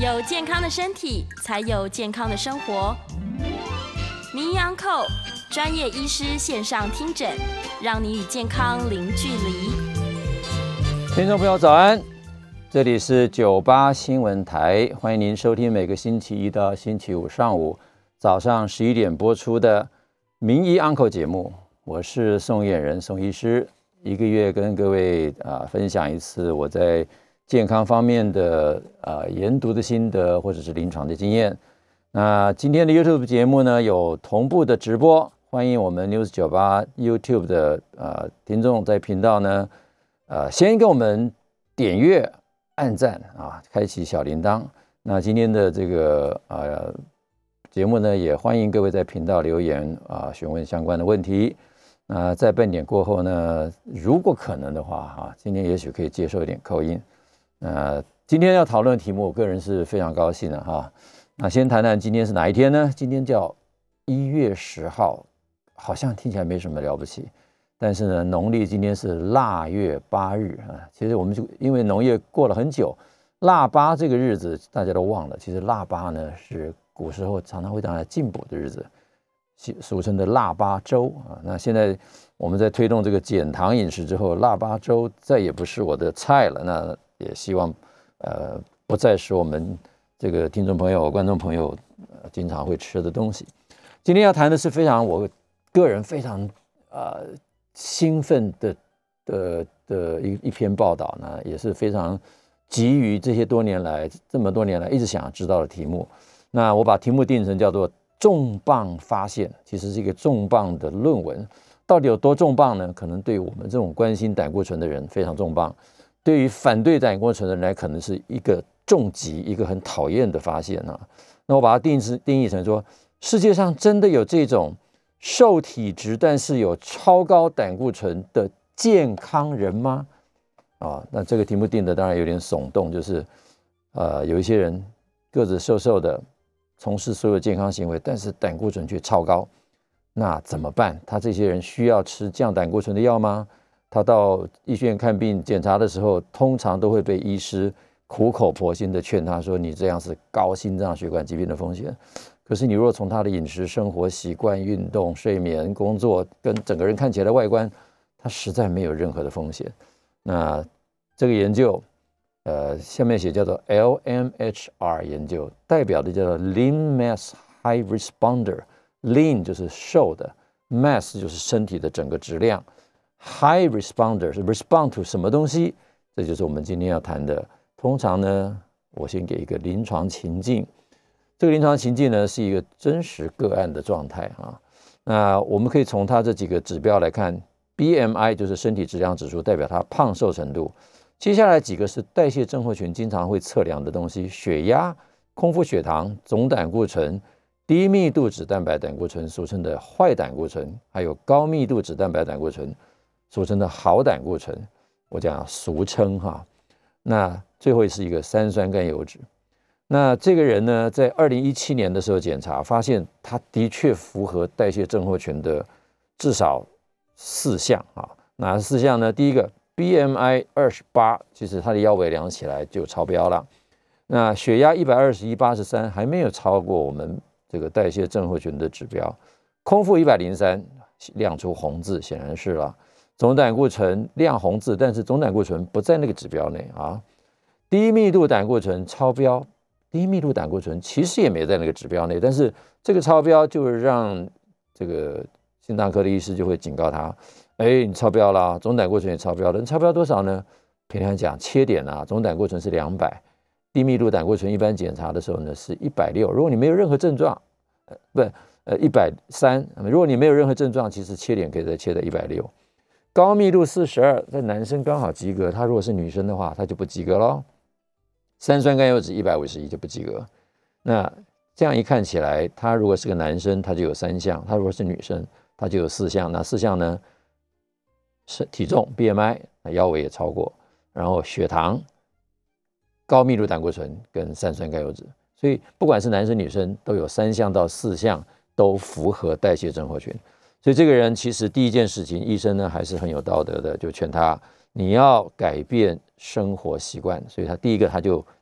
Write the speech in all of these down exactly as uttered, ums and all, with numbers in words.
有健康的身体，才有健康的生活。名医 Uncle 专业医师线上听诊，让你与健康零距离。 听众朋友早安，这里是九八新闻台，欢迎您收听每个星期一到星期五上午早上十一点播出的名医 Uncle 节目。我是宋晏仁宋医师，一个月跟各位啊、呃、分享一次我在健康方面的啊、呃、研读的心得或者是临床的经验。那今天的 YouTube 节目呢有同步的直播，欢迎我们 News 九八 YouTube 的呃听众在频道呢呃先跟我们点阅、按赞啊，开启小铃铛。那今天的这个呃节目呢，也欢迎各位在频道留言啊，询问相关的问题。那在半点过后呢，如果可能的话哈，今天也许可以接受一点口音。那今天要讨论的题目，我个人是非常高兴的哈。那先谈谈今天是哪一天呢？今天叫一月十号，好像听起来没什么了不起，但是呢，农历今天是腊月八日啊。其实我们就因为农业过了很久，腊八这个日子大家都忘了。其实腊八呢是古时候常常会拿来进补的日子，俗称的腊八粥啊。那现在我们在推动这个减糖饮食之后，腊八粥再也不是我的菜了。那也希望呃不再是我们这个听众朋友、观众朋友、呃、经常会吃的东西。今天要谈的是非常我个人非常呃兴奋的的的一一篇报道呢，也是非常急于这些多年来这么多年来一直想要知道的题目。那我把题目定成叫做重磅发现，其实是一个重磅的论文。到底有多重磅呢？可能对我们这种关心胆固醇的人非常重磅，对于反对胆固醇的人来，可能是一个重击，一个很讨厌的发现啊。那我把它定义定义成说，世界上真的有这种瘦体质但是有超高胆固醇的健康人吗？啊，那这个题目定的当然有点耸动，就是呃有一些人个子瘦瘦的，从事所有健康行为，但是胆固醇却超高，那怎么办？他这些人需要吃降胆固醇的药吗？他到医院看病检查的时候，通常都会被医师苦口婆心的劝他说，你这样是高心脏血管疾病的风险。可是你若从他的饮食、生活习惯、运动、睡眠、工作跟整个人看起来的外观，他实在没有任何的风险。那这个研究呃，下面写叫做 L M H R 研究，代表的叫做 Lean Mass High Responder。Lean 就是瘦的， Mass 就是身体的整个质量， High Responder 是 respond to 什么东西，这就是我们今天要谈的。通常呢，我先给一个临床情境，这个临床情境呢是一个真实个案的状态啊。那我们可以从它这几个指标来看， B M I 就是身体质量指数，代表它胖瘦程度。接下来几个是代谢症候群经常会测量的东西，血压、空腹血糖、总胆固醇、低密度脂蛋白胆固醇，俗称的坏胆固醇，还有高密度脂蛋白胆固醇，俗称的好胆固醇。我讲俗称哈。那最后是一个三酸甘油酯。那这个人呢，在二零一七年的时候检查，发现他的确符合代谢症候群的至少四项啊。哪四项呢？第一个 B M I 二十八，其实他的腰围量起来就超标了。那血压一百二十一、八十三还没有超过我们这个代谢症候群的指标。空腹一百零三，亮出红字，显然是了。总胆固醇亮红字，但是总胆固醇不在那个指标内啊。低密度胆固醇超标，低密度胆固醇其实也没在那个指标内，但是这个超标就让这个心脏科的医师就会警告他，哎，你超标了，总胆固醇也超标了。你超标多少呢？平常讲切点啊，总胆固醇是两百，低密度胆固醇一般检查的时候呢是一百六十。如果你没有任何症状，呃、不呃一百三十，如果你没有任何症状，其实切点可以再切到一百六十。高密度四十二，在男生刚好及格，他如果是女生的话，他就不及格咯。三酸甘油酯一百五十一就不及格。那这样一看起来，他如果是个男生，他就有三项；他如果是女生，他就有四项。那四项呢？是体重 B M I， 腰围也超过，然后血糖、高密度胆固醇跟三酸甘油酯。所以不管是男生女生，都有三项到四项都符合代谢症候群。所以这个人其实第一件事情，医生呢还是很有道德的，就劝他你要改变生活习惯。所以他第一个他就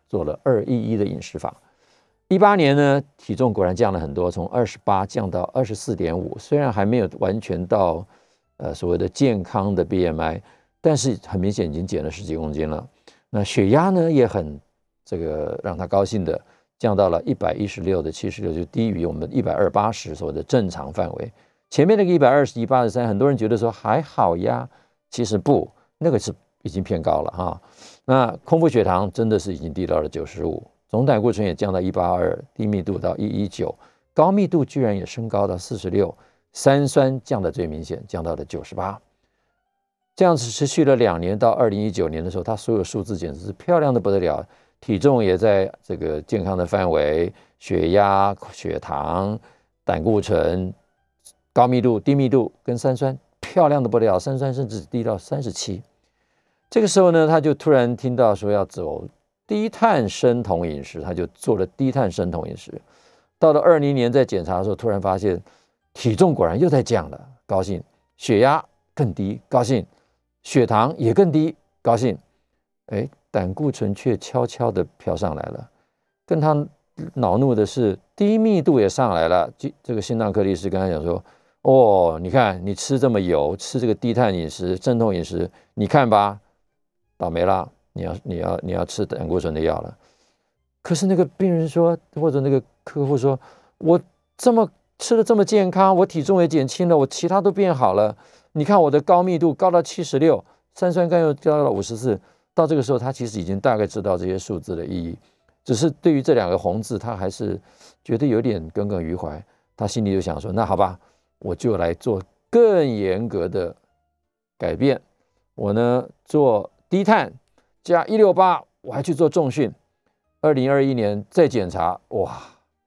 做了二一一的饮食法。一八年呢，体重果然降了很多，从二十八降到二十四点五，虽然还没有完全到呃所谓的健康的 B M I， 但是很明显已经减了十几公斤了。那血压呢也很这个让他高兴的降到了一百一十六的七十六，就低于我们一百二八十所谓的正常范围。前面那个一百二十一八十三，很多人觉得说还好呀，其实不，那个是已经偏高了哈。那空腹血糖真的是已经低到了九十五。总胆固醇也降到一八二，低密度到一一九，高密度居然也升高到四十六，三酸降的最明显，降到了九十八。这样子持续了两年，到二零一九年的时候，他所有数字简直是漂亮的不得了，体重也在这个健康的范围，血压、血糖、胆固醇、高密度、低密度跟三酸漂亮的不得了，三酸甚至低到三十七。这个时候呢，他就突然听到说要走低碳生酮饮食，他就做了低碳生酮饮食。到了二零年在检查的时候，突然发现体重果然又在降了，高兴；血压更低，高兴；血糖也更低，高兴。哎，胆固醇却悄悄地飘上来了。跟他恼怒的是，低密度也上来了。这个心脏科医师跟他讲说：“哦，你看你吃这么油，吃这个低碳饮食、生酮饮食，你看吧，倒霉了。”你要你要你要吃胆固醇的药了。可是那个病人说，或者那个客户说，我这么吃的这么健康，我体重也减轻了，我其他都变好了。你看我的高密度高到七十六，三酸甘油高到五十四。到这个时候，他其实已经大概知道这些数字的意义，只是对于这两个红字，他还是觉得有点耿耿于怀。他心里就想说，那好吧，我就来做更严格的改变。我呢做低碳。加一六八，我还去做重训。二零二一年再检查，哇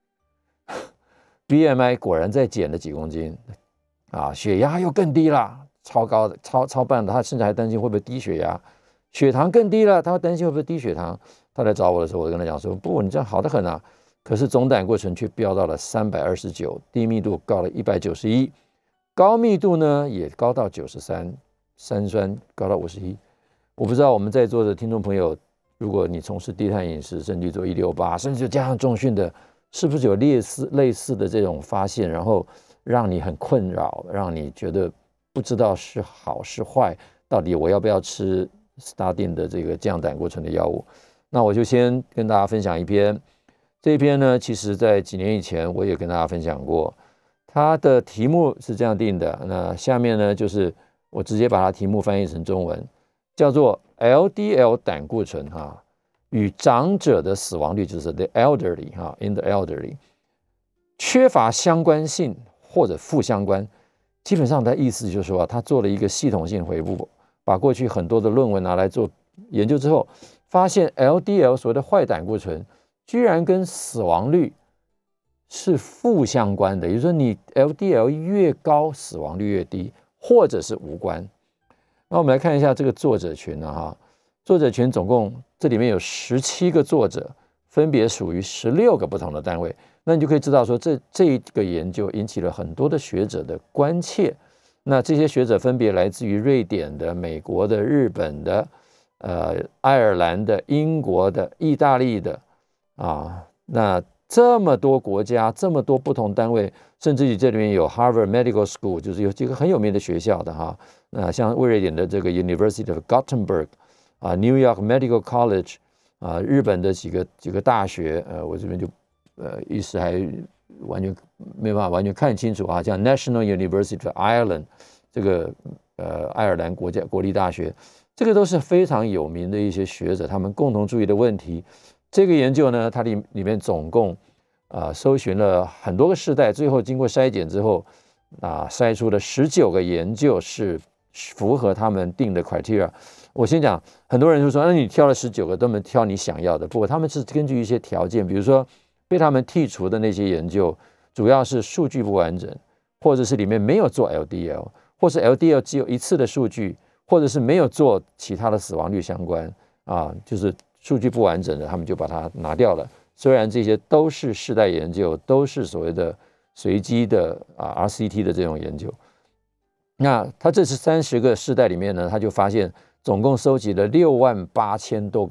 ，B M I 果然再减了几公斤啊，血压又更低了，超高的，超超半的。他甚至还担心会不会低血压，血糖更低了，他会担心会不会低血糖。他来找我的时候，我就跟他讲说，不，你这样好得很啊。可是总胆固醇却飙到了三百二十九，低密度高了一百九十一，高密度呢也高到九十三，三酸高到五十一。我不知道我们在座的听众朋友，如果你从事低碳饮食，甚至做一六八，甚至加上重训的，是不是有类似类似的这种发现，然后让你很困扰，让你觉得不知道是好是坏，到底我要不要吃 statin 的这个降胆固醇的药物？那我就先跟大家分享一篇，这一篇呢，其实在几年以前我也跟大家分享过，它的题目是这样定的，那下面呢就是我直接把它题目翻译成中文。叫做 L D L 胆固醇哈，与长者的死亡率，就是 the elderly 哈 ，in the elderly 缺乏相关性或者负相关。基本上的意思就是说，他做了一个系统性回顾，把过去很多的论文拿来做研究之后，发现 L D L 所谓的坏胆固醇，居然跟死亡率是负相关的，也就是说，你 L D L 越高，死亡率越低，或者是无关。那我们来看一下这个作者群呢，哈，作者群总共这里面有十七个作者，分别属于十六个不同的单位。那你就可以知道说，这这个研究引起了很多的学者的关切。那这些学者分别来自于瑞典的、美国的、日本的、呃爱尔兰的、英国的、意大利的啊，那这么多国家，这么多不同单位，甚至于这里面有 Harvard Medical School， 就是有几个很有名的学校的哈。那像瑞典的这个 University of Gothenburg 啊 ，New York Medical College 啊，日本的几个几个大学，呃，我这边就呃一时还完全没办法完全看清楚啊，像 National University of Ireland 这个呃爱尔兰国家国立大学，这个都是非常有名的一些学者，他们共同注意的问题。这个研究呢，它里里面总共啊、呃、搜寻了很多个世代，最后经过筛检之后啊，筛出了十九个研究是符合他们定的 criteria。我先讲，很多人就说，那你挑了十九个，都能挑你想要的。不过他们是根据一些条件，比如说被他们剔除的那些研究，主要是数据不完整，或者是里面没有做 L D L， 或是 L D L 只有一次的数据，或者是没有做其他的死亡率相关啊，就是数据不完整的，他们就把它拿掉了。虽然这些都是世代研究，都是所谓的随机的啊 R C T 的这种研究。那他这是三十个世代里面呢，他就发现总共收集了六万八千多个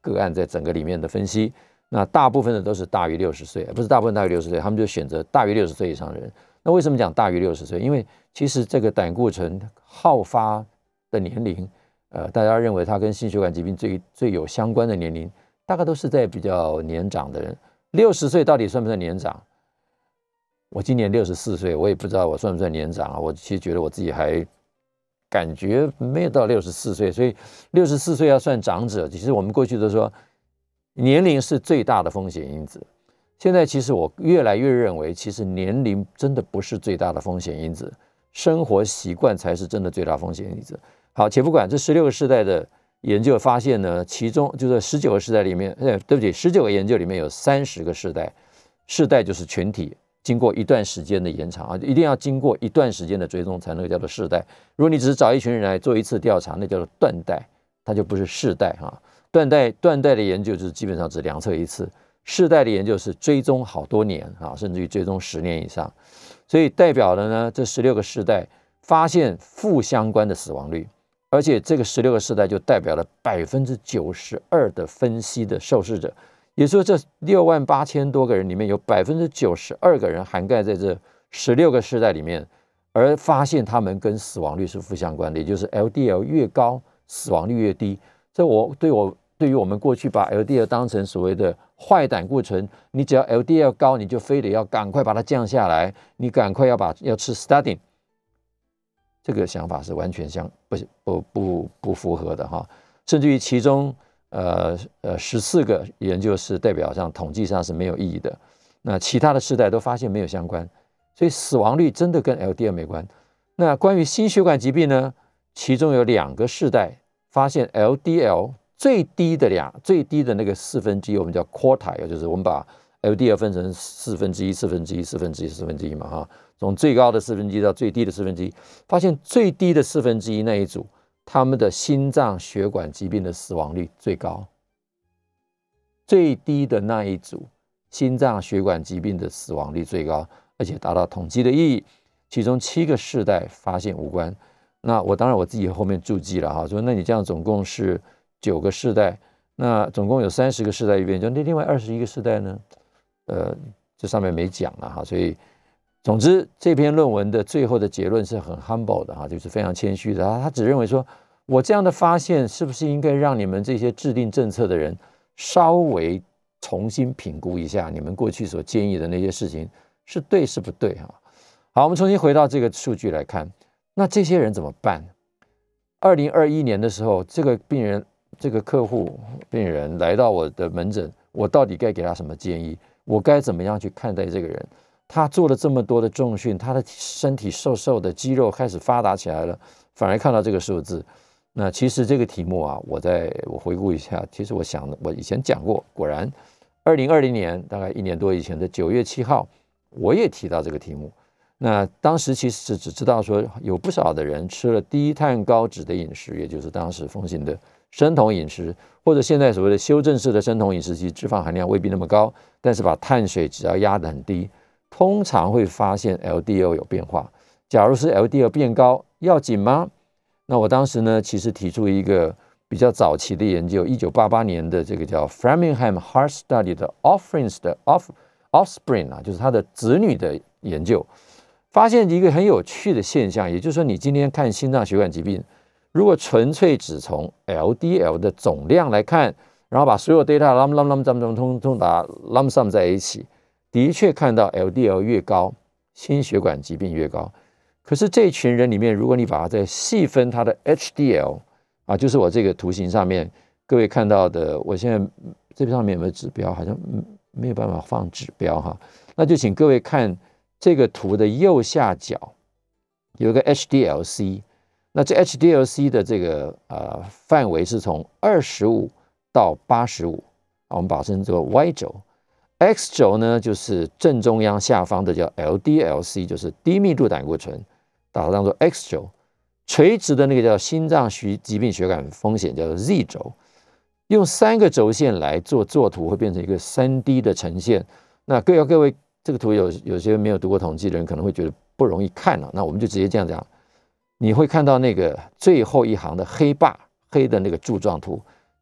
个案在整个里面的分析，那大部分的都是大于六十岁，不是大部分大于六十岁，他们就选择大于六十岁以上的人。那为什么讲大于六十岁？因为其实这个胆固醇好发的年龄，呃，大家认为它跟心血管疾病最最有相关的年龄，大概都是在比较年长的人。六十岁到底算不算年长？我今年六十四岁，我也不知道我算不算年长啊。我其实觉得我自己还感觉没有到六十四岁，所以六十四岁要算长者。其实我们过去都说年龄是最大的风险因子，现在其实我越来越认为，其实年龄真的不是最大的风险因子，生活习惯才是真的最大风险因子。好，且不管这十六个世代的研究发现呢，其中就是十九个世代里面，呃，对不起，十九个研究里面有三十个世代，世代就是群体。经过一段时间的延长啊，一定要经过一段时间的追踪才能够叫做世代。如果你只是找一群人来做一次调查，那叫做断代，它就不是世代哈。断代断代的研究就是基本上只量测一次，世代的研究是追踪好多年啊，甚至于追踪十年以上。所以代表了呢，这十六个世代发现负相关的死亡率，而且这个十六个世代就代表了百分之九十二的分析的受试者。也就是说，这六万八千多个人里面有百分之九十二个人涵盖在这十六个世代里面，而发现他们跟死亡率是负相关的，也就是 L D L 越高，死亡率越低。这我对我对于我们过去把 L D L 当成所谓的坏胆固醇，你只要 L D L 高，你就非得要赶快把它降下来，你赶快要把要吃 statin， 这个想法是完全相不不不不符合的哈，甚至于其中。呃呃，十四个研究是代表上统计上是没有意义的，那其他的世代都发现没有相关，所以死亡率真的跟 L D L 没关。那关于心血管疾病呢，其中有两个世代发现 L D L 最低的两最低的那个四分之一，我们叫 quartile， 就是我们把 L D L 分成四分之一、四分之一、四分之一、四分之一嘛哈，从最高的四分之一到最低的四分之一，发现最低的四分之一那一组。他们的心脏血管疾病的死亡率最高，最低的那一组心脏血管疾病的死亡率最高，而且达到统计的意义。其中七个世代发现无关。那我当然我自己后面注记了哈，说那你这样总共是九个世代，那总共有三十个世代研究，那另外二十一个世代呢？呃，这上面没讲了哈，所以。总之，这篇论文的最后的结论是很 humble 的哈，就是非常谦虚的。他只认为说，我这样的发现是不是应该让你们这些制定政策的人稍微重新评估一下，你们过去所建议的那些事情是对是不对哈？好，我们重新回到这个数据来看，那这些人怎么办？二零二一年的时候，这个病人、这个客户病人来到我的门诊，我到底该给他什么建议？我该怎么样去看待这个人？他做了这么多的重训，他的身体瘦瘦的，肌肉开始发达起来了，反而看到这个数字。那其实这个题目啊，我在我回顾一下，其实我想我以前讲过，果然二零二零年大概一年多以前的九月七号，我也提到这个题目。那当时其实只知道说有不少的人吃了低碳高脂的饮食，也就是当时风行的生酮饮食，或者现在所谓的修正式的生酮饮食，其实脂肪含量未必那么高，但是把碳水只要压得很低。通常会发现 L D L 有变化。假如是 L D L 变高，要紧吗？那我当时呢，其实提出一个比较早期的研究，一九八八年的这个叫 Framingham Heart Study 的 Offerings 的 off offspring 啊，就是他的子女的研究，发现一个很有趣的现象，也就是说，你今天看心脏血管疾病，如果纯粹只从 L D L 的总量来看，然后把所有 data lump lump lump lump 通通打 lump sum 在一起。的确看到 L D L 越高，心血管疾病越高。可是这群人里面，如果你把它再细分它的 H D L 啊，就是我这个图形上面各位看到的，我现在这上面有没有指标？好像没有办法放指标哈。那就请各位看这个图的右下角有一个 H D L C， 那这 H D L C 的这个呃范围是从二十五到八十五，我们把它称作 Y 轴。X 轴呢，就是正中央下方的叫 L D L C， 就是低密度胆固醇，把它当做 X 轴。垂直的那个叫心脏疾病血管风险，叫做 Z 轴。用三个轴线来做作图，会变成一个 三 D 的呈现。那各位各位，这个图有有些没有读过统计的人可能会觉得不容易看了、啊，那我们就直接这样讲。你会看到那个最后一行的黑霸黑的那个柱状图，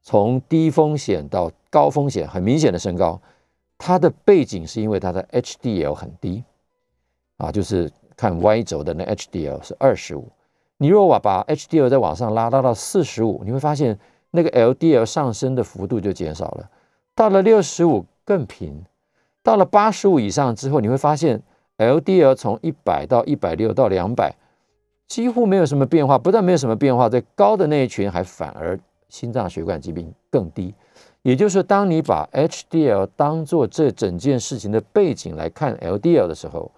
从低风险到高风险很明显的升高，它的背景是因为它的 H D L 很低啊，就是看 Y 轴的那 H D L 是二十五，你如果把 H D L 再往上拉拉到四十五，你会发现那个 L D L 上升的幅度就减少了，到了六十五更平，到了八十五以上之后，你会发现 L D L 从一百到一百六到两百几乎没有什么变化，不但没有什么变化，在高的那一群还反而心脏血管疾病更低。也就是当你把 H D L 当作这整件事情的背景来看 L D L 的时候，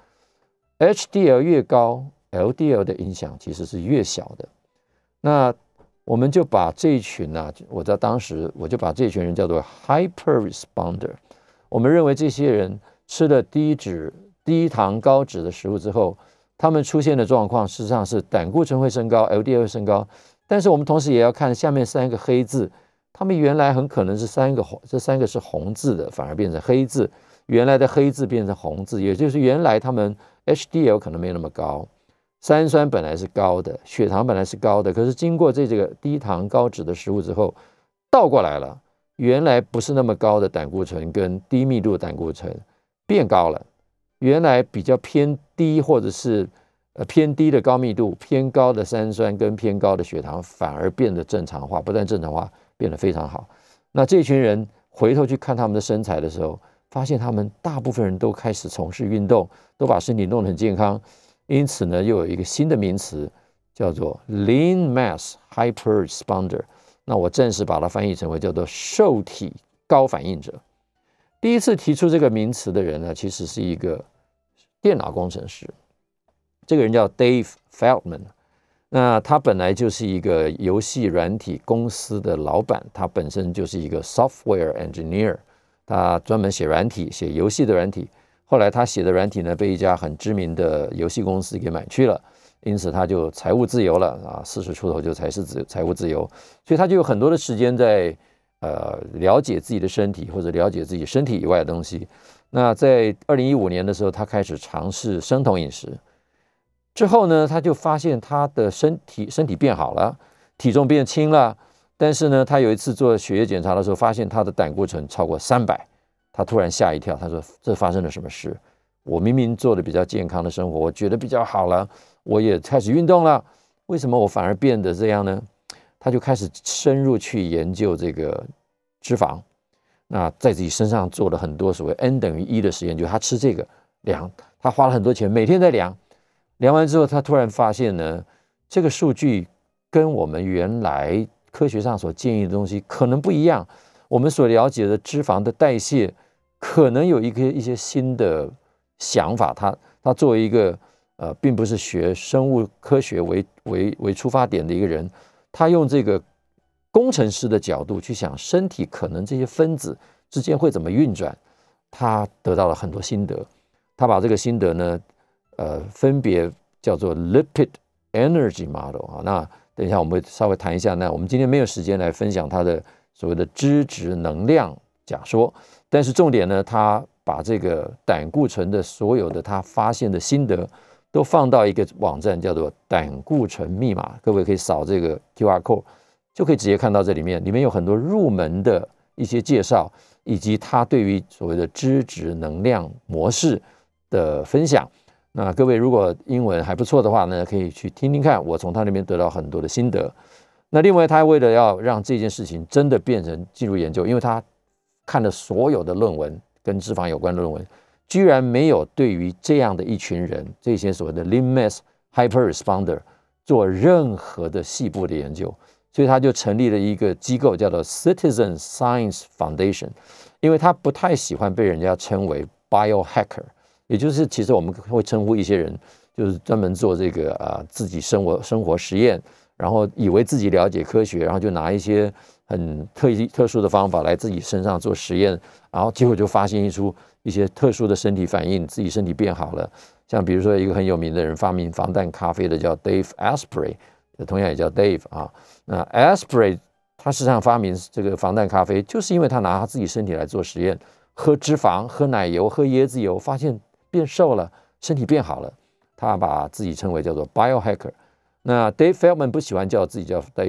H D L 越高， L D L 的影响其实是越小的。那我们就把这一群啊，我在当时我就把这群人叫做 hyper responder。 我们认为这些人吃了低脂低糖高脂的食物之后，他们出现的状况事实上是胆固醇会升高， L D L 会升高，但是我们同时也要看下面三个黑字，他们原来很可能是三个红，这三个是红字的，反而变成黑字，原来的黑字变成红字，也就是原来他们 H D L 可能没那么高，三酸本来是高的，血糖本来是高的，可是经过这这个低糖高脂的食物之后倒过来了，原来不是那么高的胆固醇跟低密度胆固醇变高了，原来比较偏低或者是呃偏低的高密度偏高的三酸跟偏高的血糖反而变得正常化，不但正常化变得非常好。那这群人回头去看他们的身材的时候，发现他们大部分人都开始从事运动，都把身体弄得很健康，因此呢又有一个新的名词叫做 Lean Mass Hyper Responder， 那我正式把它翻译成为叫做瘦体高反应者。第一次提出这个名词的人呢，其实是一个电脑工程师，这个人叫 Dave Feldman。那他本来就是一个游戏软体公司的老板，他本身就是一个 software engineer， 他专门写软体，写游戏的软体。后来他写的软体呢，被一家很知名的游戏公司给买去了，因此他就财务自由了啊，四十出头就才是自财务自由，所以他就有很多的时间在呃了解自己的身体，或者了解自己身体以外的东西。那在二零一五年的时候，他开始尝试生酮饮食。之后呢，他就发现他的身体身体变好了，体重变轻了，但是呢，他有一次做血液检查的时候，发现他的胆固醇超过三百，他突然吓一跳，他说：“这发生了什么事？我明明做的比较健康的生活，我觉得比较好了，我也开始运动了，为什么我反而变得这样呢？”他就开始深入去研究这个脂肪，那在自己身上做了很多所谓 N 等于一的实验，就是他吃这个量，他花了很多钱，每天在量。量完之后，他突然发现呢，这个数据跟我们原来科学上所建议的东西可能不一样。我们所了解的脂肪的代谢，可能有一个一些新的想法。他他作为一个呃，并不是学生物科学为为为出发点的一个人，他用这个工程师的角度去想身体可能这些分子之间会怎么运转，他得到了很多心得。他把这个心得呢。呃，分别叫做 Lipid Energy Model 啊。那等一下我们会稍微谈一下。那我们今天没有时间来分享它的所谓的脂质能量假说，但是重点呢，他把这个胆固醇的所有的他发现的心得都放到一个网站，叫做胆固醇密码。各位可以扫这个 Q R code， 就可以直接看到这里面，里面有很多入门的一些介绍，以及他对于所谓的脂质能量模式的分享。那各位如果英文还不错的话呢，可以去听听看，我从他那边得到很多的心得。那另外他为了要让这件事情真的变成进入研究，因为他看了所有的论文跟脂肪有关的论文，居然没有对于这样的一群人，这些所谓的 Lean Mass Hyper Responder 做任何的细部的研究，所以他就成立了一个机构叫做 Citizen Science Foundation。 因为他不太喜欢被人家称为 biohacker，也就是其实我们会称呼一些人就是专门做这个啊、呃、自己生活生活实验，然后以为自己了解科学，然后就拿一些很特异特殊的方法来自己身上做实验，然后结果就发现出一些特殊的身体反应，自己身体变好了。像比如说一个很有名的人发明防弹咖啡的叫 Dave Asprey， 同样也叫 Dave 啊。那 Asprey 他实际上发明这个防弹咖啡，就是因为他拿他自己身体来做实验，喝脂肪、喝奶油、喝椰子油，发现变瘦了，身体变好了，他把自己称为叫做 biohacker。那 Dave Feldman 不喜欢叫自己叫 Dave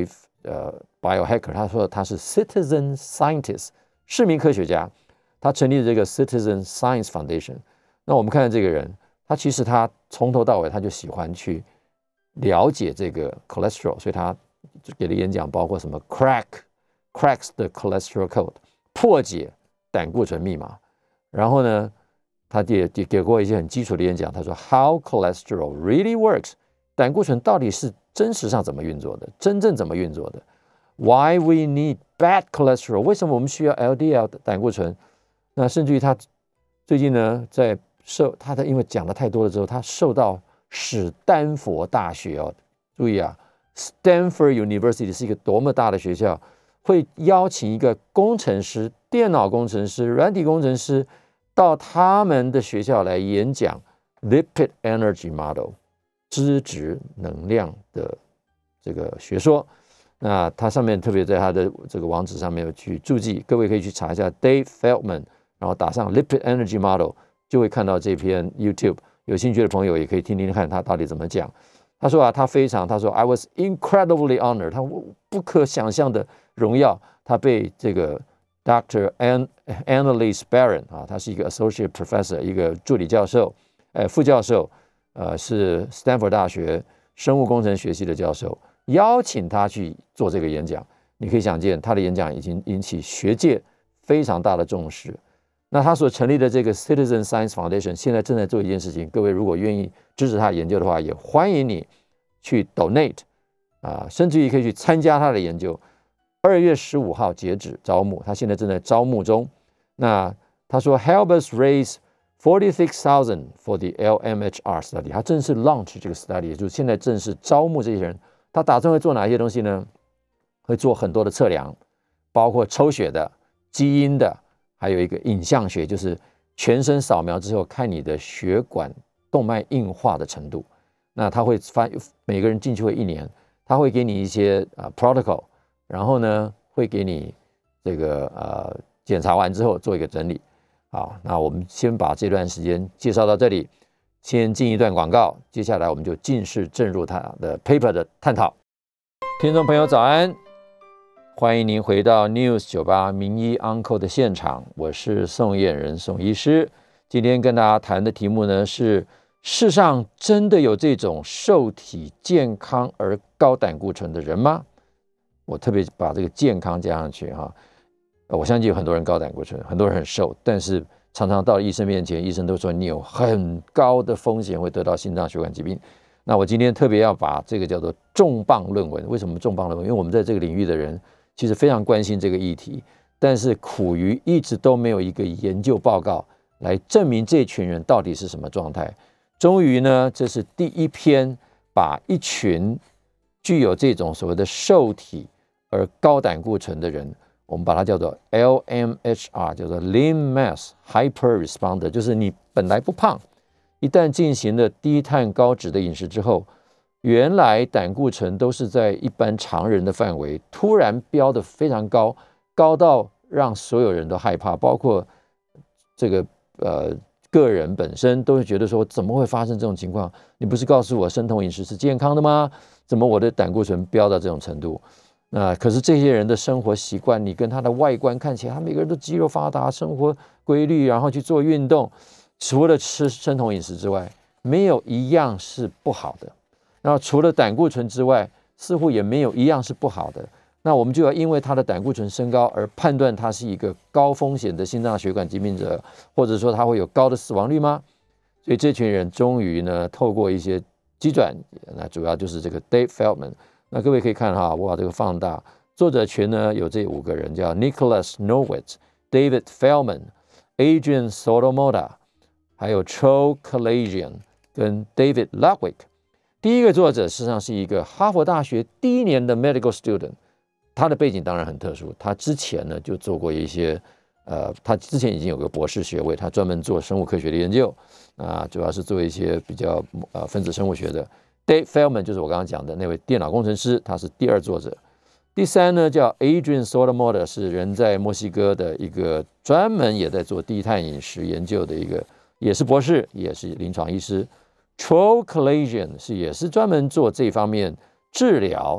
呃 biohacker， 他说他是 citizen scientist， 市民科学家，他成立了这个 Citizen Science Foundation。那我们看看这个人，他其实他从头到尾他就喜欢去了解这个 cholesterol， 所以他给的演讲包括什么 crack cracks the cholesterol code， 破解胆固醇密码。然后呢，他也也给过一些很基础的演讲，他说 How cholesterol really works， 胆固醇到底是真实上怎么运作的，真正怎么运作的 ，Why we need bad cholesterol， 为什么我们需要 L D L 的胆固醇？那甚至于他最近呢，在受他的因为讲的太多了之后，他受到史丹佛大学哦，注意啊 ，Stanford University 是一个多么大的学校，会邀请一个工程师、电脑工程师、软体工程师到他们的学校来演讲 Lipid Energy Model 脂质能量的这个学说。那他上面特别在他的这个网址上面有去注记，各位可以去查一下 Dave Feldman， 然后打上 Lipid Energy Model， 就会看到这篇 YouTube。有兴趣的朋友也可以听听看他到底怎么讲。他说啊，他非常，他说 I was incredibly honored， 他不可想象的荣耀，他被这个 Doctor Annalise Barron 啊，他是一个 Associate Professor， 一个助理教授，呃，副教授，呃，是斯坦福大学生物工程学系的教授，邀请他去做这个演讲。你可以想见，他的演讲已经引起学界非常大的重视。那他所成立的这个 Citizen Science Foundation 现在正在做一件事情，各位如果愿意支持他的研究的话，也欢迎你去 donate 啊，甚至于可以去参加他的研究。二月十五号截止招募，他现在正在招募中。那他说 Help us raise forty-six thousand for the L M H R study， 他正式 launch 这个 study， 也就是现在正式招募这些人。他打算会做哪些东西呢？会做很多的测量，包括抽血的、基因的，还有一个影像学，就是全身扫描之后看你的血管动脉硬化的程度。那他会发每个人进去会一年，他会给你一些、呃、protocol， 然后呢会给你这个呃检查完之后做一个整理。好，那我们先把这段时间介绍到这里，先进一段广告，接下来我们就正式进入他的 paper 的探讨。听众朋友早安，欢迎您回到 News 九八名医 Uncle 的现场，我是宋晏仁宋医师。今天跟大家谈的题目呢是：世上真的有这种瘦体健康而高胆固醇的人吗？我特别把这个健康加上去哈。我相信有很多人高胆固醇，很多人很瘦，但是常常到医生面前，医生都说你有很高的风险会得到心脏血管疾病。那我今天特别要把这个叫做重磅论文。为什么重磅论文？因为我们在这个领域的人其实非常关心这个议题，但是苦于一直都没有一个研究报告来证明这群人到底是什么状态。终于呢，这是第一篇把一群具有这种所谓的瘦体而高胆固醇的人，我们把它叫做 L M H R， 叫做 Lean Mass Hyper Responder， 就是你本来不胖，一旦进行了低碳高脂的饮食之后，原来胆固醇都是在一般常人的范围，突然飙得非常高，高到让所有人都害怕，包括这个呃个人本身都会觉得说，怎么会发生这种情况？你不是告诉我生酮饮食是健康的吗？怎么我的胆固醇飙到这种程度？那可是这些人的生活习惯，你跟他的外观看起来，他每个人都肌肉发达，生活规律，然后去做运动，除了吃生酮饮食之外，没有一样是不好的。然后除了胆固醇之外，似乎也没有一样是不好的。那我们就要因为他的胆固醇升高而判断他是一个高风险的心脏血管疾病者，或者说他会有高的死亡率吗？所以这群人终于呢，透过一些机转，那主要就是这个 Dave Feldman。那各位可以看哈，我把这个放大，作者群呢有这五个人，叫 Nicholas Norwitz、David Feldman、Adrian Sotomoda， 还有 Troy Kalajian 跟 David Ludwig。第一个作者事实上是一个哈佛大学第一年的 medical student， 他的背景当然很特殊，他之前呢就做过一些，呃，他之前已经有个博士学位，他专门做生物科学的研究，啊，主要是做一些比较呃分子生物学的。Dave Feldman 就是我刚刚讲的那位电脑工程师，他是第二作者。第三呢叫 Adrian Sotomoda， 是人在墨西哥的一个专门也在做低碳饮食研究的一个，也是博士，也是临床医师。Troy Kalajian 是也是专门做这方面治疗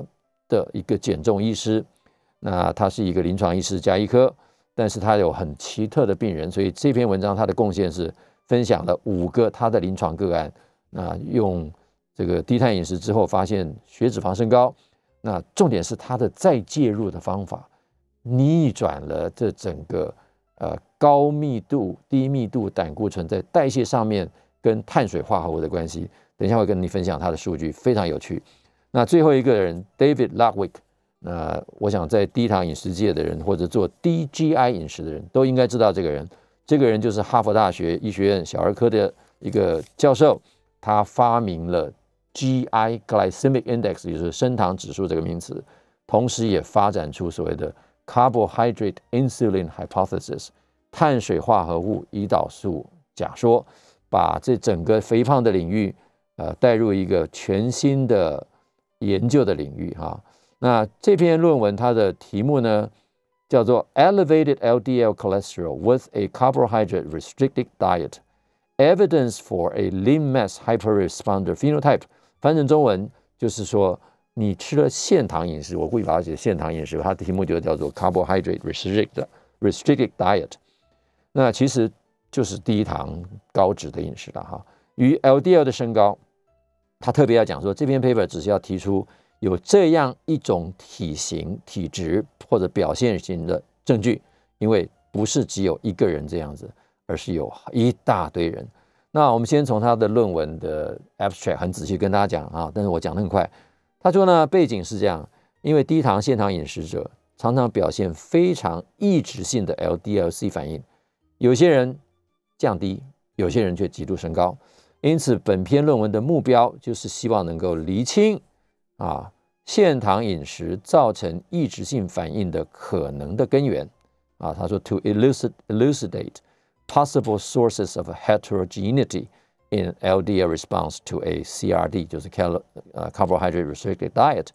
的一个减重医师，那他是一个临床医师加医科，但是他有很奇特的病人，所以这篇文章他的贡献是分享了五个他的临床个案，那用这个低碳饮食之后发现血脂肪升高，那重点是他的再介入的方法逆转了这整个呃高密度低密度胆固醇在代谢上面跟碳水化合物的关系。等一下会跟你分享他的数据，非常有趣。那最后一个人 David Ludwig， 那我想在低糖饮食界的人或者做低 G I 饮食的人都应该知道这个人。这个人就是哈佛大学医学院小儿科的一个教授，他发明了 G I Glycemic Index， 也就是升糖指数这个名词，同时也发展出所谓的 Carbohydrate Insulin Hypothesis 碳水化合物胰岛素假说，把这整个肥胖的领域呃，带入一个全新的研究的领域哈。那这篇论文它的题目呢叫做 Elevated L D L Cholesterol with a Carbohydrate Restricted Diet Evidence for a Lean Mass Hyperresponder Phenotype， 翻成中文就是说你吃了限糖饮食，我故意把它写限糖饮食，它的题目就叫做 Carbohydrate Restricted, Restricted Diet， 那其实就是低糖高脂的饮食了哈。与 L D L 的升高，他特别要讲说，这篇 paper 只是要提出有这样一种体型、体质或者表现型的证据，因为不是只有一个人这样子，而是有一大堆人。那我们先从他的论文的 abstract 很仔细跟大家讲啊，但是我讲得很快。他说呢，背景是这样，因为低糖限糖饮食者常常表现非常抑制性的 L D L C 反应，有些人降低，有些人却极度升高。因此本篇论文的目标就是希望能够厘清啊限糖饮食造成抑制性反应的可能的根源啊。他说 to elucidate, elucidate possible sources of heterogeneity in L D L response to a C R D 就是 carbohydrate restricted diet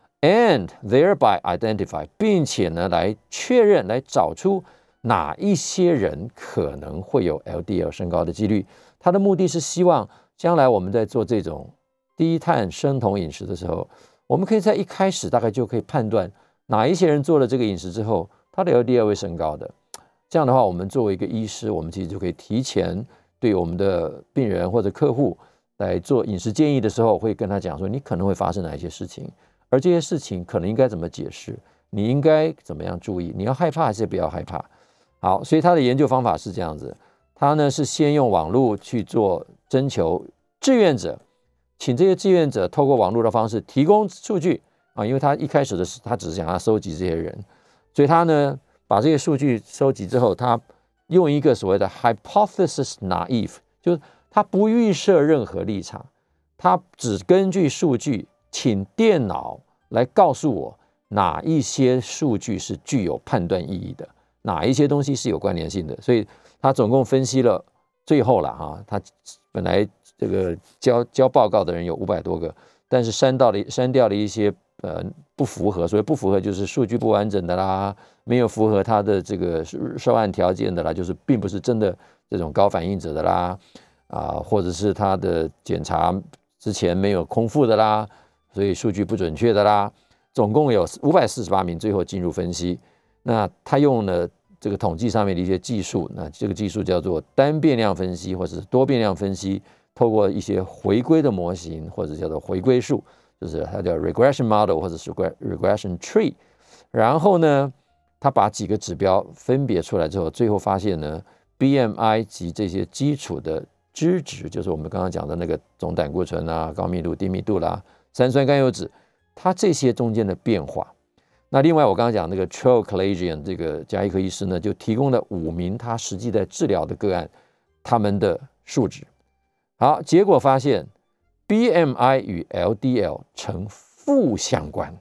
and thereby identify 并且呢来确认来找出哪一些人可能会有 L D L 升高的几率。他的目的是希望将来我们在做这种低碳生酮饮食的时候，我们可以在一开始大概就可以判断哪一些人做了这个饮食之后，他的 L D L 会升高的。这样的话，我们作为一个医师，我们其实就可以提前对我们的病人或者客户来做饮食建议的时候，会跟他讲说，你可能会发生哪一些事情，而这些事情可能应该怎么解释，你应该怎么样注意，你要害怕还是不要害怕。好，所以他的研究方法是这样子。他呢是先用网络去做征求志愿者，请这些志愿者透过网络的方式提供数据啊，因为他一开始的是他只是想要收集这些人，所以他呢把这些数据收集之后，他用一个所谓的 hypothesis naive， 就是他不预设任何立场，他只根据数据请电脑来告诉我哪一些数据是具有判断意义的，哪一些东西是有关联性的。所以他总共分析了，最后了哈，他本来这个交交报告的人有五百多个，但是删到了删掉了一些呃不符合，所以不符合就是数据不完整的啦，没有符合他的这个受案条件的啦，就是并不是真的这种高反应者的啦，啊，或者是他的检查之前没有空腹的啦，所以数据不准确的啦，总共有五百四十八名，最后进入分析。那他用了这个统计上面的一些技术，那这个技术叫做单变量分析或者是多变量分析，透过一些回归的模型或者叫做回归数，就是它叫 regression model 或者是 regression tree。然后呢，他把几个指标分别出来之后，最后发现呢 B M I 及这些基础的脂质，就是我们刚刚讲的那个总胆固醇啊、高密度、低密度啦、三酸甘油酯，它这些中间的变化。那另外我刚刚讲那个 Troll Kalajian 这个加医科医师呢，就提供了五名他实际在治疗的个案他们的数值。好，结果发现 B M I 与 L D L 呈负相关，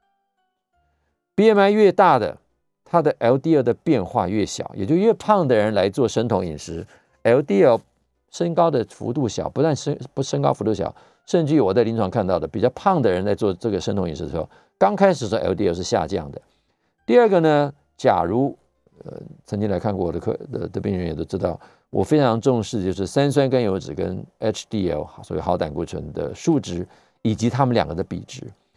B M I 越大的，他的 L D L 的变化越小，也就越胖的人来做生酮饮食， L D L 升高的幅度小，不但升不升高幅度小，甚至于我在临床看到的比较胖的人在做这个生酮饮食的时候，刚开始的时候 L D L 是下降的。第二个呢，假如呃曾经来看过我的课 的, 的病人也都知道，我非常重视就是三酸甘油酯跟 H D L 所谓好胆固醇的数值以及他们两个的比值。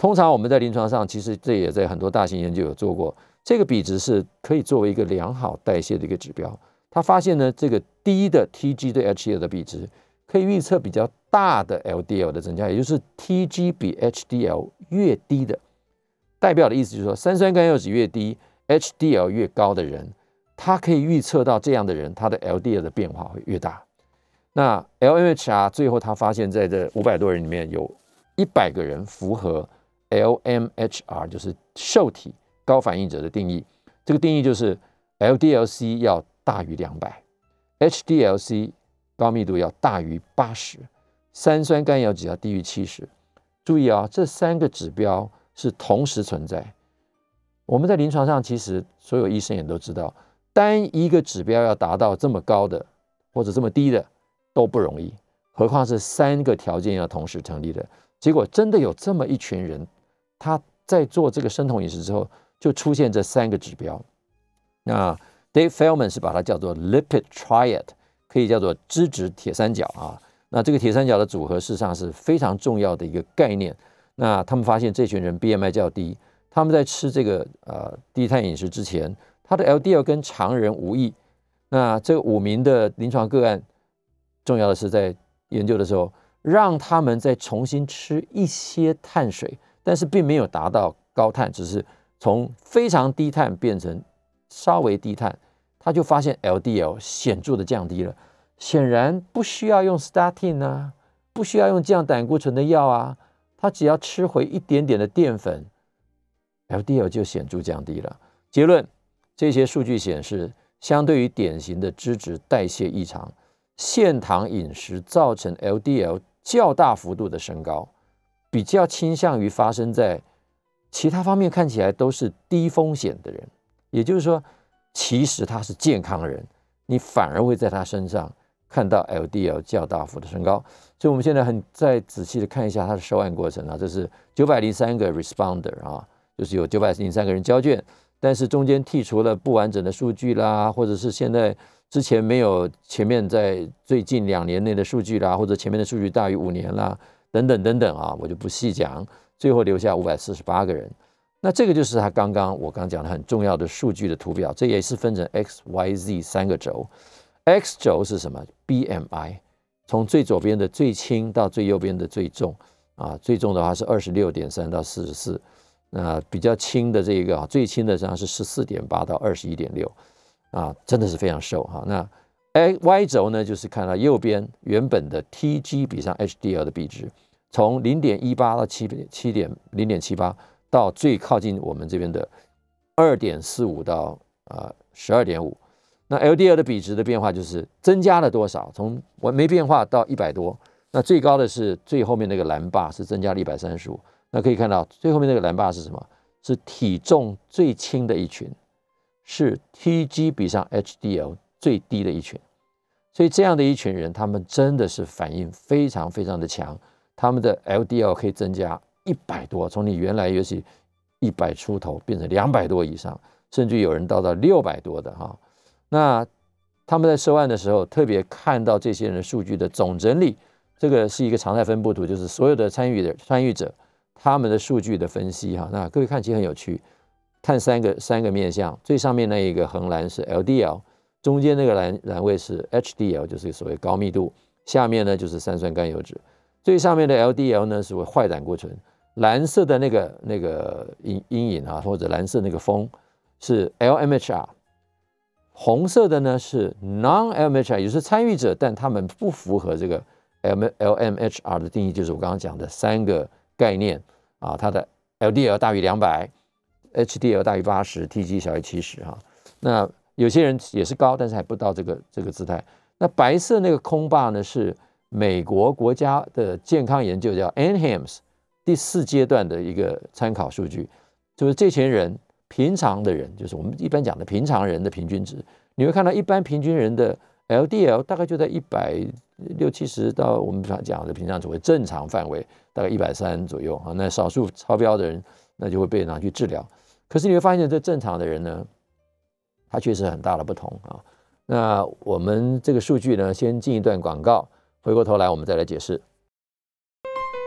通常我们在临床上，其实这也在很多大型研究有做过，这个比值是可以作为一个良好代谢的一个指标。他发现呢，这个低的 T G 对 H D L 的比值可以预测比较大的 L D L 的增加，也就是 T G 比 H D L 越低的，代表的意思就是说，三酸甘油酯越低 ，H D L 越高的人，他可以预测到这样的人，他的 L D L 的变化会越大。那 L M H R 最后他发现，在这五百多人里面有一百个人符合 L M H R， 就是受体高反应者的定义。这个定义就是 L D L C 要大于两百 ，H D L C 高密度要大于八十，三酸甘油酯要低于七十。注意啊，这三个指标是同时存在。我们在临床上，其实所有医生也都知道，单一个指标要达到这么高的或者这么低的都不容易，何况是三个条件要同时成立的。结果真的有这么一群人，他在做这个生酮饮食之后，就出现这三个指标。那 Dave Feldman 是把它叫做 Lipid Triad， 可以叫做脂质铁三角啊。那这个铁三角的组合事实上是非常重要的一个概念。那他们发现这群人 B M I 较低，他们在吃这个呃低碳饮食之前，他的 L D L 跟常人无异。那这五名的临床个案，重要的是在研究的时候，让他们再重新吃一些碳水，但是并没有达到高碳，只是从非常低碳变成稍微低碳，他就发现 L D L 显著的降低了。显然不需要用 statin 啊，不需要用降胆固醇的药啊，他只要吃回一点点的淀粉， L D L 就显著降低了。结论，这些数据显示，相对于典型的脂质代谢异常，限糖饮食造成 L D L 较大幅度的升高，比较倾向于发生在其他方面看起来都是低风险的人。也就是说，其实他是健康人，你反而会在他身上看到 L D L 较大幅的升高。所以我们现在很再仔细的看一下他的收案过程啊，这是九百零三个 responder 啊，就是有九百零三个人交卷，但是中间剔除了不完整的数据啦，或者是现在之前没有前面在最近两年内的数据啦，或者前面的数据大于五年啦，等等等等啊，我就不细讲。最后留下五百四十八个人。那这个就是他刚刚我刚讲的很重要的数据的图表，这也是分成 X、Y、Z 三个轴。X 轴是什么 ？B M I， 从最左边的最轻到最右边的最重啊，最重的话是 二十六点三 到四十四，那比较轻的这个啊，最轻的实际上是 十四点八 到 二十一点六啊，真的是非常瘦哈。那 Y 轴呢，就是看到右边原本的 T G 比上 H D L 的比值，从 零点一八 到七点零点七八。到最靠近我们这边的 二点四五 到呃 十二点五， 那 L D L 的比值的变化就是增加了多少，从没变化到一百多，那最高的是最后面那个蓝霸是增加了一百三十五，那可以看到最后面那个蓝霸是什么？是体重最轻的一群，是 T G 比上 H D L 最低的一群，所以这样的一群人，他们真的是反应非常非常的强，他们的 L D L 可以增加一百多，从你原来也许一百出头变成两百多以上，甚至有人到到六百多的哈。那他们在收案的时候，特别看到这些人的数据的总整理，这个是一个常态分布图，就是所有的参与的参与者他们的数据的分析哈。那各位看其实很有趣，看三个三个面向，最上面那一个横栏是 L D L， 中间那个栏栏位是 H D L， 就是所谓高密度，下面呢就是三酸甘油酯，最上面的 L D L 呢是为坏胆固醇。蓝色的那个那个阴阴影啊，或者蓝色那个峰是 L M H R， 红色的呢是 non L M H R， 也就是参与者，但他们不符合这个 L M H R 的定义，就是我刚刚讲的三个概念啊，它的 L D L 大于两百 ，H D L 大于八十 ，T G 小于七十哈。那有些人也是高，但是还不到这个这个姿态。那白色那个空霸呢是美国国家的健康研究叫 N H A M S。第四阶段的一个参考数据，就是这群人平常的人，就是我们一般讲的平常人的平均值，你会看到一般平均人的 L D L 大概就在一百六七十到我们讲的平常所谓正常范围，大概一百三十左右啊。那少数超标的人，那就会被拿去治疗。可是你会发现，这正常的人呢，他确实很大的不同啊。那我们这个数据呢，先进一段广告，回过头来我们再来解释。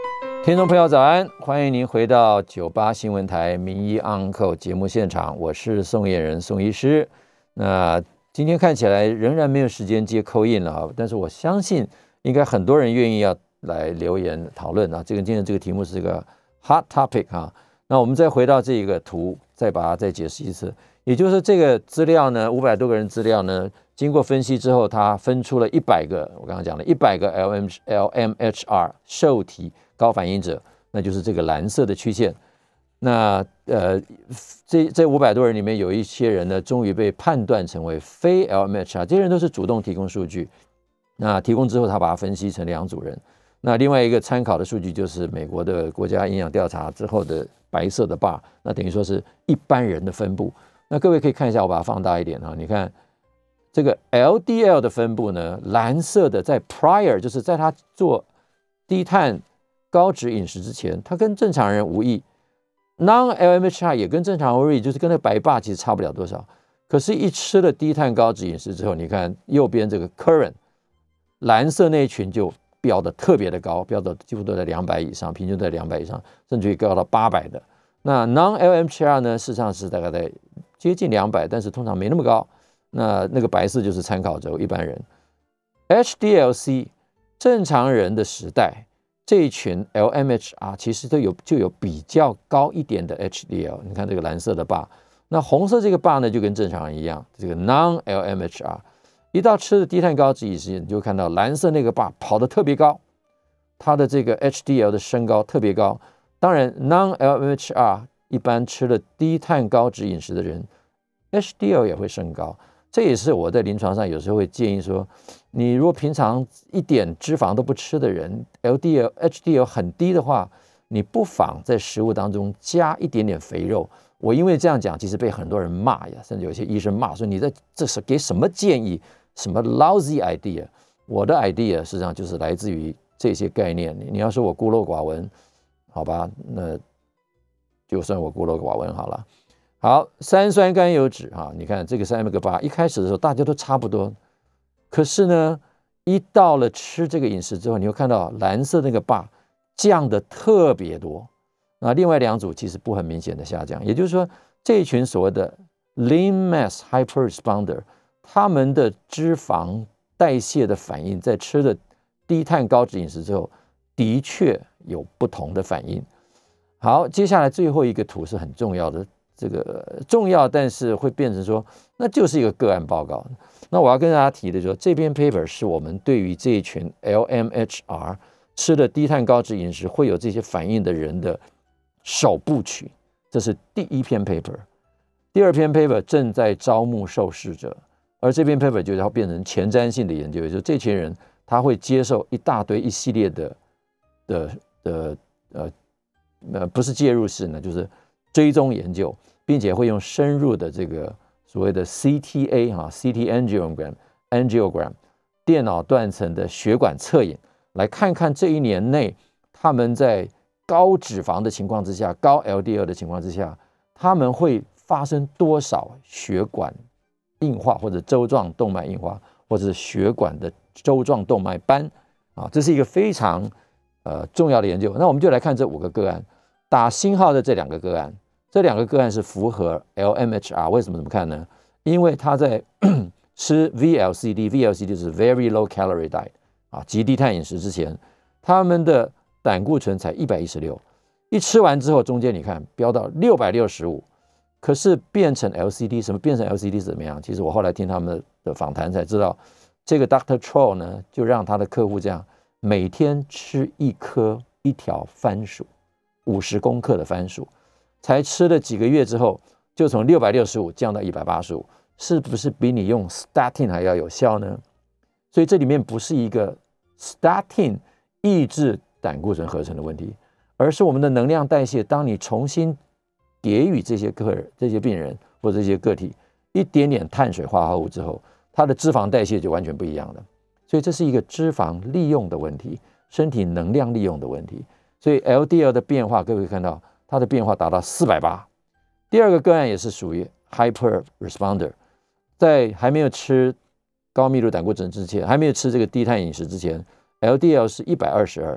听众朋友早安，欢迎您回到九八新闻台名医 Uncle 节目现场，我是宋彦仁宋医师。那今天看起来仍然没有时间接 call in 了啊，但是我相信应该很多人愿意要来留言讨论啊。这个今天这个题目是个 hot topic 啊。那我们再回到这个图，再把它再解释一次。也就是这个资料呢，五百多个人资料呢，经过分析之后，它分出了一百个，我刚刚讲了一百个 L M L M H R 受体高反应者，那就是这个蓝色的曲线。那呃，这这五百多人里面有一些人呢，终于被判断成为非 L M H R， 这些人都是主动提供数据。那提供之后，他把它分析成两组人。那另外一个参考的数据就是美国的国家营养调查之后的白色的 bar， 那等于说是一般人的分布。那各位可以看一下，我把它放大一点哈，你看这个 L D L 的分布呢，蓝色的在 prior， 就是在他做低碳高脂饮食之前，它跟正常人无异。non L M H R 也跟正常人无异，就是跟那白爸其实差不了多少。可是，一吃了低碳高脂饮食之后，你看右边这个 current 蓝色那一群就飙得特别的高，飙到几乎都在两百以上，平均在两百以上，甚至于高到八百的。那 non L M H R 呢，事实上是大概在接近两百，但是通常没那么高。那那个白色就是参考轴，一般人。H D L C 正常人的时代，这一群 L M H R 其实都有就有比较高一点的 H D L。你看这个蓝色的 bar， 那红色这个 bar 呢，就跟正常人一样，这个 non L M H R。一到吃的低碳高脂饮食，你就看到蓝色那个 bar 跑得特别高，它的这个 H D L 的升高特别高。当然 non L M H R 一般吃了低碳高脂饮食的人 H D L 也会升高。这也是我在临床上有时候会建议说，你如果平常一点脂肪都不吃的人 L D L H D L 很低的话，你不妨在食物当中加一点点肥肉。我因为这样讲，其实被很多人骂呀，甚至有些医生骂说你在这是给什么建议，什么 lousy idea。 我的 idea 实际上就是来自于这些概念。你要说我孤陋寡闻，好吧，那就算我孤陋寡闻好了。好，三酸甘油酯啊，你看这个三个八，一开始的时候大家都差不多，可是呢，一到了吃这个饮食之后，你会看到蓝色那个八降的特别多。那另外两组其实不很明显的下降，也就是说，这一群所谓的 lean mass hyperresponder， 他们的脂肪代谢的反应，在吃了低碳高脂饮食之后，的确有不同的反应。好，接下来最后一个图是很重要的，这个重要，但是会变成说，那就是一个个案报告。那我要跟大家提的说，这篇 paper 是我们对于这一群 L M H R 吃了低碳高脂饮食会有这些反应的人的首部曲，这是第一篇 paper。 第二篇 paper 正在招募受试者，而这篇 paper 就要变成前瞻性的研究，也就是这群人他会接受一大堆一系列的的的呃呃不是介入式呢，就是追踪研究，并且会用深入的这个所谓的 C T A 哈 C T angiogram angiogram 电脑断层的血管测影，来看看这一年内他们在高脂肪的情况之下，高 L D L 的情况之下，他们会发生多少血管硬化或者周状动脉硬化，或者是血管的周状动脉斑啊，这是一个非常呃重要的研究。那我们就来看这五个个案，打星号的这两个个案，这两个个案是符合 L M H R。 为什么这么看呢？因为他在吃 V L C D， V L C D 是 very low calorie diet 啊，极低碳饮食之前，他们的胆固醇才一百一十六，一吃完之后，中间你看飙到六百六十五，可是变成 L C D， 什么变成 L C D 是怎么样？其实我后来听他们的访谈才知道，这个 Doctor Troll 呢，就让他的客户这样每天吃一颗一条番薯，五十公克的番薯，才吃了几个月之后，就从六百六十五降到一百八十五，是不是比你用 statin 还要有效呢？所以这里面不是一个 statin 抑制胆固醇合成的问题，而是我们的能量代谢，当你重新给予这些客人、这些病人或者这些个体一点点碳水化合物之后，它的脂肪代谢就完全不一样了。所以这是一个脂肪利用的问题，身体能量利用的问题。所以 L D L 的变化，各位看到它的变化达到四百八。第二个个案也是属于 hyper responder， 在还没有吃高密度胆固醇之前，还没有吃这个低碳饮食之前， L D L 是一百二十二，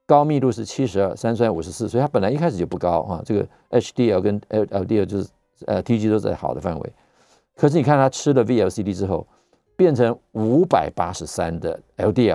高密度是七十二，三酸五十四，所以它本来一开始就不高啊。这个 H D L 跟 L D L 就是呃 T G 都在好的范围，可是你看它吃了 V L C D 之后，变成五百八十三的 L D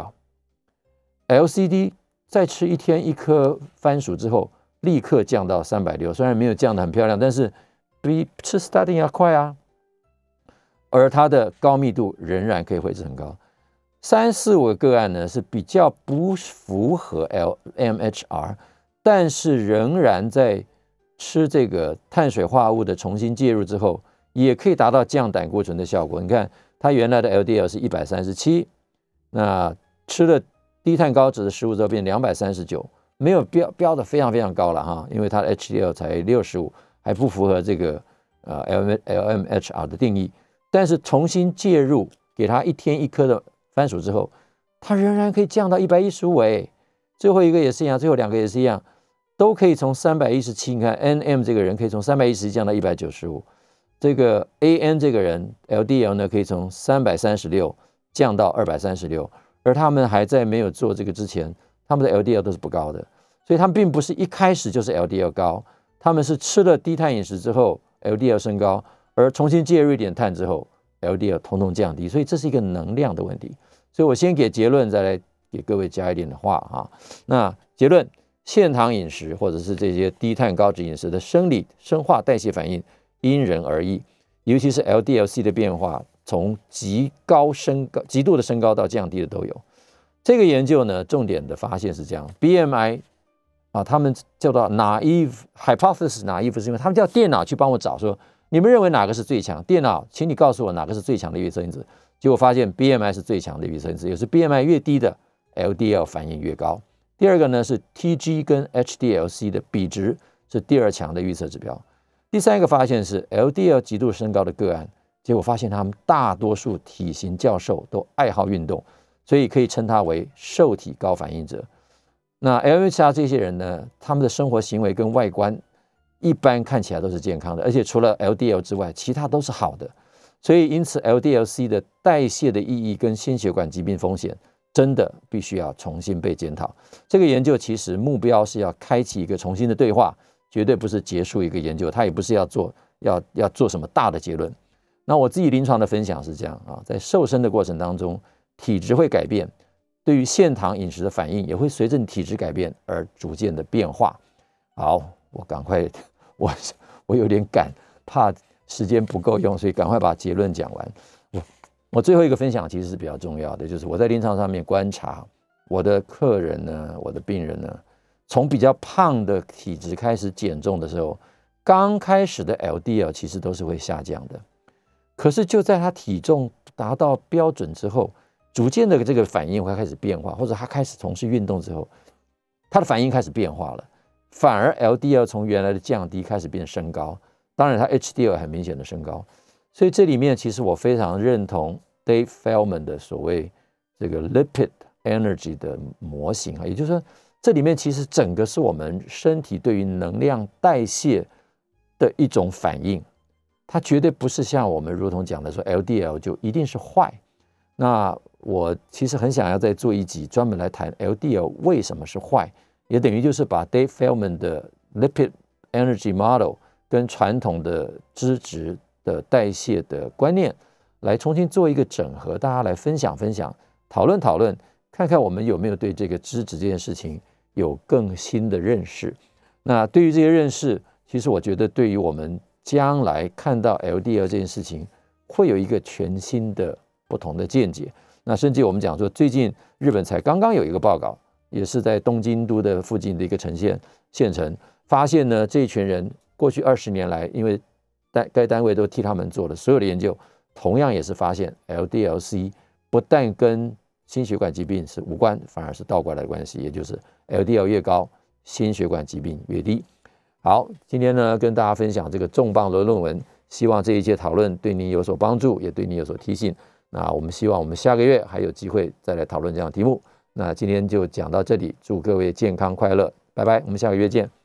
L，L C D 再吃一天一颗番薯之后，立刻降到三百六，虽然没有降得很漂亮，但是比吃 statin 要快啊。而它的高密度仍然可以维持很高。三四五个个案呢是比较不符合 L M H R， 但是仍然在吃这个碳水化合物的重新介入之后，也可以达到降胆固醇的效果。你看它原来的 L D L 是一百三十七，那吃了低碳高脂的食物之后变两百三十九，没有标标的非常非常高了哈，因为它的 H D L 才六十五，还不符合这个呃 L M H R 的定义。但是重新介入，给它一天一颗的番薯之后，它仍然可以降到一百一十五哎。最后一个也是一样，最后两个也是一样，都可以从三百一十七，你看 N M 这个人可以从三百一十七降到一百九十五，这个 A N 这个人 L D L 呢可以从三百三十六降到二百三十六，而他们还在没有做这个之前，他们的 L D L 都是不高的，所以他们并不是一开始就是 L D L 高，他们是吃了低碳饮食之后 L D L 升高。而重新介入一点碳之后 ，L D L 统统降低，所以这是一个能量的问题。所以我先给结论，再来给各位加一点的话啊。那结论：限糖饮食或者是这些低碳高脂饮食的生理生化代谢反应因人而异，尤其是 L D L C 的变化，从极高升高、极度的升高到降低的都有。这个研究呢，重点的发现是这样 ：B M I 啊，他们叫做 naive hypothesis naive， 是因为他们叫电脑去帮我找说。你们认为哪个是最强？电脑，请你告诉我哪个是最强的预测因子。结果发现 B M I 是最强的预测因子，也是 B M I 越低的 L D L 反应越高。第二个呢是 T G 跟 H D L C 的比值是第二强的预测指标。第三个发现是 L D L 极度升高的个案，结果发现他们大多数体型较瘦，都爱好运动，所以可以称它为瘦体高反应者。那 L M H R 这些人呢，他们的生活行为跟外观一般看起来都是健康的，而且除了 L D L 之外，其他都是好的。所以因此 L D L C 的代谢的意义跟心血管疾病风险真的必须要重新被检讨。这个研究其实目标是要开启一个重新的对话，绝对不是结束一个研究，它也不是要做要要做什么大的结论。那我自己临床的分享是这样啊，在瘦身的过程当中，体质会改变，对于限糖饮食的反应也会随着你体质改变而逐渐的变化。好，我赶快。我我有点赶，怕时间不够用，所以赶快把结论讲完。我我最后一个分享其实是比较重要的，就是我在临床上面观察我的客人呢，我的病人呢，从比较胖的体质开始减重的时候，刚开始的 L D L 其实都是会下降的，可是就在他体重达到标准之后，逐渐的这个反应会开始变化，或者他开始从事运动之后，他的反应开始变化了。反而 L D L 从原来的降低开始变升高，当然它 H D L 很明显的升高，所以这里面其实我非常认同 Dave Feldman 的所谓这个 lipid energy 的模型啊，也就是说这里面其实整个是我们身体对于能量代谢的一种反应，它绝对不是像我们如同讲的说 L D L 就一定是坏。那我其实很想要再做一集专门来谈 L D L 为什么是坏。也等于就是把 Dave Feldman 的 Lipid Energy Model 跟传统的脂质的代谢的观念来重新做一个整合，大家来分享分享，讨论讨论，看看我们有没有对这个脂质这件事情有更新的认识。那对于这些认识，其实我觉得对于我们将来看到 L D L 这件事情，会有一个全新的不同的见解。那甚至我们讲说，最近日本才刚刚有一个报告。也是在东京都的附近的一个城县县城，发现呢，这一群人过去二十年来，因为该单位都替他们做了所有的研究，同样也是发现 L D L C 不但跟心血管疾病是无关，反而是倒过来的关系，也就是 L D L 越高，心血管疾病越低。好，今天呢跟大家分享这个重磅的论文，希望这一节讨论对您有所帮助，也对您有所提醒。那我们希望我们下个月还有机会再来讨论这样的题目。那今天就讲到这里，祝各位健康快乐，拜拜，我们下个月见。